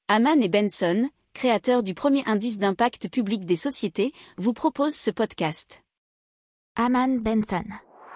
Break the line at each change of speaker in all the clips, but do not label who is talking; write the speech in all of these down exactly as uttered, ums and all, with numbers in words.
Hamann et Benson, créateurs du premier indice d'impact public des sociétés, vous proposent ce podcast.
Hamann Benson.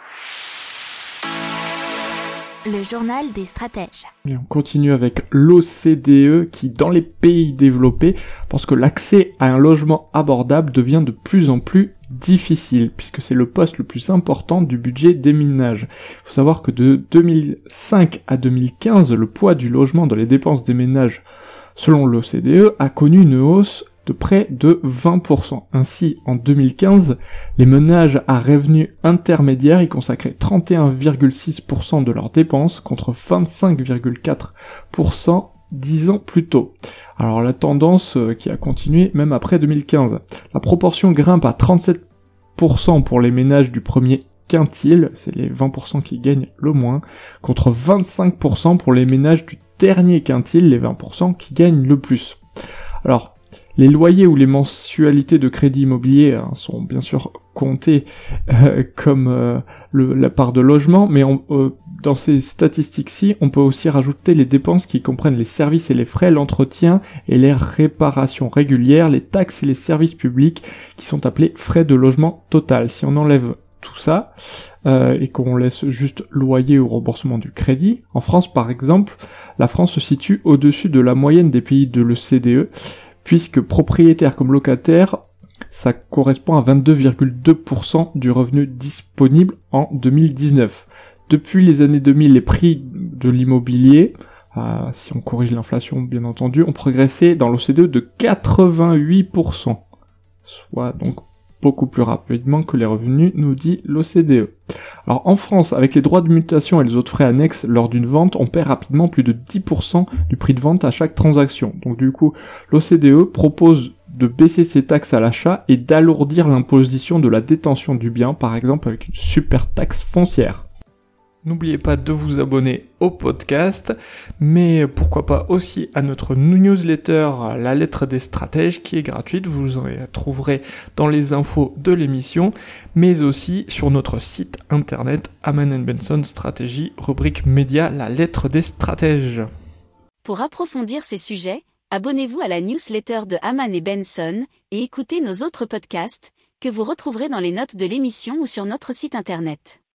Le journal des stratèges.
Et on continue avec l'O C D E qui, dans les pays développés, pense que l'accès à un logement abordable devient de plus en plus difficile, puisque c'est le poste le plus important du budget des ménages. Il faut savoir que de deux mille cinq à deux mille quinze, le poids du logement dans les dépenses des ménages, selon l'O C D E, a connu une hausse de près de vingt pour cent. Ainsi, en deux mille quinze, les ménages à revenus intermédiaires y consacraient trente et un virgule six pour cent de leurs dépenses contre vingt-cinq virgule quatre pour cent dix ans plus tôt. Alors la tendance qui a continué même après deux mille quinze. La proportion grimpe à trente-sept pour cent pour les ménages du premier quintile, c'est les vingt pour cent qui gagnent le moins, contre vingt-cinq pour cent pour les ménages du dernier quintile, les vingt pour cent qui gagnent le plus. Alors, les loyers ou les mensualités de crédit immobilier hein, sont bien sûr comptés euh, comme euh, le, la part de logement, mais on, euh, dans ces statistiques-ci, on peut aussi rajouter les dépenses qui comprennent les services et les frais, l'entretien et les réparations régulières, les taxes et les services publics qui sont appelés frais de logement total. Si on enlève tout ça euh, et qu'on laisse juste loyer ou remboursement du crédit, en France par exemple, la France se situe au-dessus de la moyenne des pays de l'O C D E, puisque propriétaire comme locataire, ça correspond à vingt-deux virgule deux pour cent du revenu disponible en deux mille dix-neuf. Depuis les années deux mille, les prix de l'immobilier, euh, si on corrige l'inflation bien entendu, ont progressé dans l'O C D E de quatre-vingt-huit pour cent, soit donc beaucoup plus rapidement que les revenus, nous dit l'O C D E. Alors en France, avec les droits de mutation et les autres frais annexes lors d'une vente, on perd rapidement plus de dix pour cent du prix de vente à chaque transaction. Donc du coup, l'O C D E propose de baisser ses taxes à l'achat et d'alourdir l'imposition de la détention du bien, par exemple avec une super taxe foncière. N'oubliez pas de vous abonner au podcast, mais pourquoi pas aussi à notre newsletter La Lettre des Stratèges qui est gratuite, vous en trouverez dans les infos de l'émission, mais aussi sur notre site internet Hamann and Benson Stratégie, rubrique média La Lettre des Stratèges.
Pour approfondir ces sujets, abonnez-vous à la newsletter de Hamann et Benson et écoutez nos autres podcasts que vous retrouverez dans les notes de l'émission ou sur notre site internet.